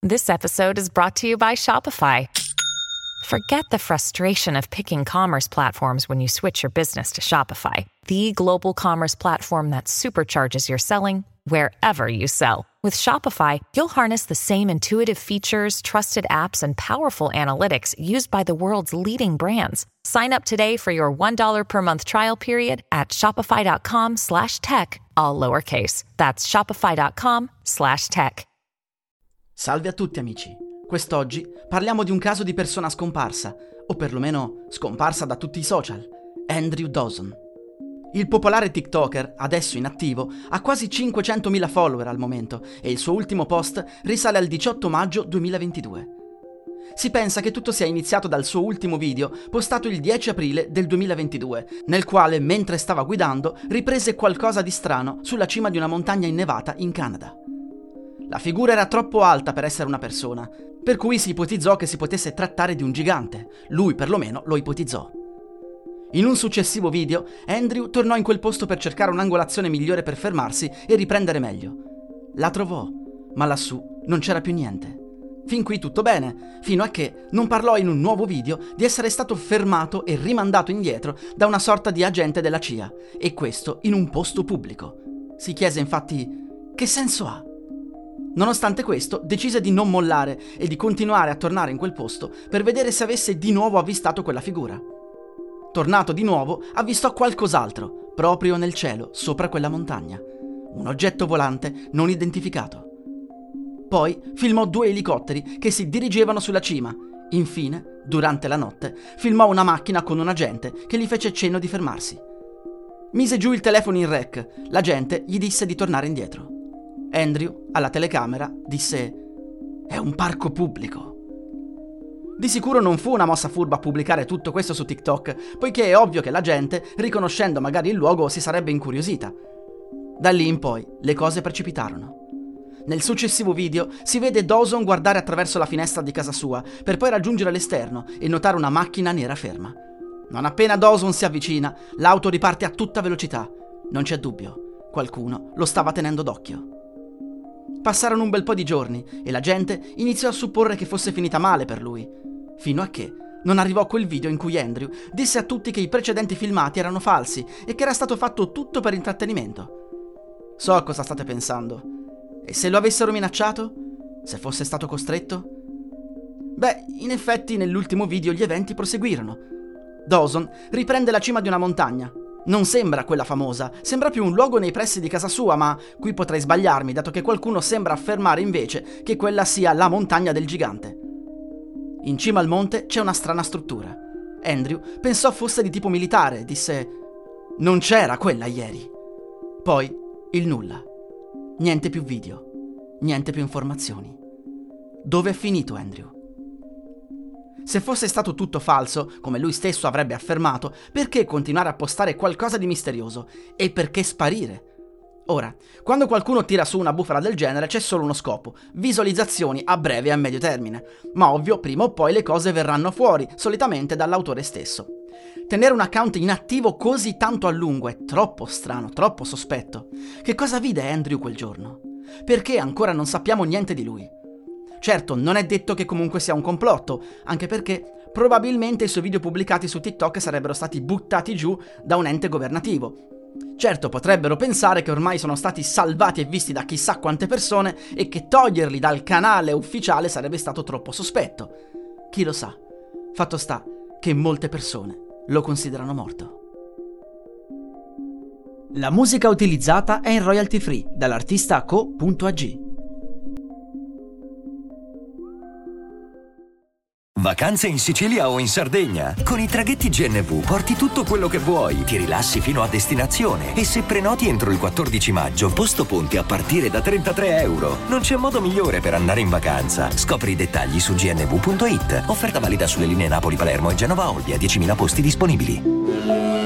This episode is brought to you by Shopify. Forget the frustration of picking commerce platforms when you switch your business to Shopify, the global commerce platform that supercharges your selling wherever you sell. With Shopify, you'll harness the same intuitive features, trusted apps, and powerful analytics used by the world's leading brands. Sign up today for your $1 per month trial period at shopify.com/tech, all lowercase. That's shopify.com/tech. Salve a tutti amici. Quest'oggi parliamo di un caso di persona scomparsa, o perlomeno scomparsa da tutti i social, Andrew Dawson. Il popolare TikToker, adesso inattivo, ha quasi 500.000 follower al momento e il suo ultimo post risale al 18 maggio 2022. Si pensa che tutto sia iniziato dal suo ultimo video postato il 10 aprile del 2022, nel quale, mentre stava guidando, riprese qualcosa di strano sulla cima di una montagna innevata in Canada. La figura era troppo alta per essere una persona, per cui si ipotizzò che si potesse trattare di un gigante. Lui perlomeno lo ipotizzò. In un successivo video, Andrew tornò in quel posto per cercare un'angolazione migliore per fermarsi e riprendere meglio. La trovò, ma lassù non c'era più niente. Fin qui tutto bene, fino a che non parlò in un nuovo video di essere stato fermato e rimandato indietro da una sorta di agente della CIA, e questo in un posto pubblico. Si chiese infatti: che senso ha? Nonostante questo, decise di non mollare e di continuare a tornare in quel posto per vedere se avesse di nuovo avvistato quella figura. Tornato di nuovo, avvistò qualcos'altro, proprio nel cielo, sopra quella montagna. Un oggetto volante non identificato. Poi filmò 2 elicotteri che si dirigevano sulla cima. Infine, durante la notte, filmò una macchina con un agente che gli fece cenno di fermarsi. Mise giù il telefono in rec. L'agente gli disse di tornare indietro. Andrew, alla telecamera, disse: «È un parco pubblico». Di sicuro non fu una mossa furba pubblicare tutto questo su TikTok, poiché è ovvio che la gente, riconoscendo magari il luogo, si sarebbe incuriosita. Da lì in poi le cose precipitarono. Nel successivo video si vede Dawson guardare attraverso la finestra di casa sua, per poi raggiungere l'esterno e notare una macchina nera ferma. Non appena Dawson si avvicina, l'auto riparte a tutta velocità. Non c'è dubbio, qualcuno lo stava tenendo d'occhio. Passarono un bel po' di giorni e la gente iniziò a supporre che fosse finita male per lui, fino a che non arrivò quel video in cui Andrew disse a tutti che i precedenti filmati erano falsi e che era stato fatto tutto per intrattenimento. So cosa state pensando. E se lo avessero minacciato? Se fosse stato costretto? Beh, in effetti nell'ultimo video gli eventi proseguirono. Dawson riprende la cima di una montagna. Non sembra quella famosa, sembra più un luogo nei pressi di casa sua, ma qui potrei sbagliarmi, dato che qualcuno sembra affermare invece che quella sia la montagna del gigante. In cima al monte c'è una strana struttura. Andrew pensò fosse di tipo militare e disse: «Non c'era quella ieri». Poi il nulla. Niente più video, niente più informazioni. Dove è finito Andrew? Se fosse stato tutto falso, come lui stesso avrebbe affermato, perché continuare a postare qualcosa di misterioso? E perché sparire? Ora, quando qualcuno tira su una bufala del genere c'è solo uno scopo: visualizzazioni a breve e a medio termine. Ma ovvio, prima o poi le cose verranno fuori, solitamente dall'autore stesso. Tenere un account inattivo così tanto a lungo è troppo strano, troppo sospetto. Che cosa vide Andrew quel giorno? Perché ancora non sappiamo niente di lui? Certo, non è detto che comunque sia un complotto, anche perché probabilmente i suoi video pubblicati su TikTok sarebbero stati buttati giù da un ente governativo. Certo, potrebbero pensare che ormai sono stati salvati e visti da chissà quante persone e che toglierli dal canale ufficiale sarebbe stato troppo sospetto. Chi lo sa? Fatto sta che molte persone lo considerano morto. La musica utilizzata è in royalty free dall'artista co.ag. Vacanze in Sicilia o in Sardegna? Con i traghetti GNV porti tutto quello che vuoi, ti rilassi fino a destinazione e se prenoti entro il 14 maggio, posto ponti a partire da €33. Non c'è modo migliore per andare in vacanza. Scopri i dettagli su gnv.it. Offerta valida sulle linee Napoli-Palermo e Genova-Olbia, 10.000 posti disponibili.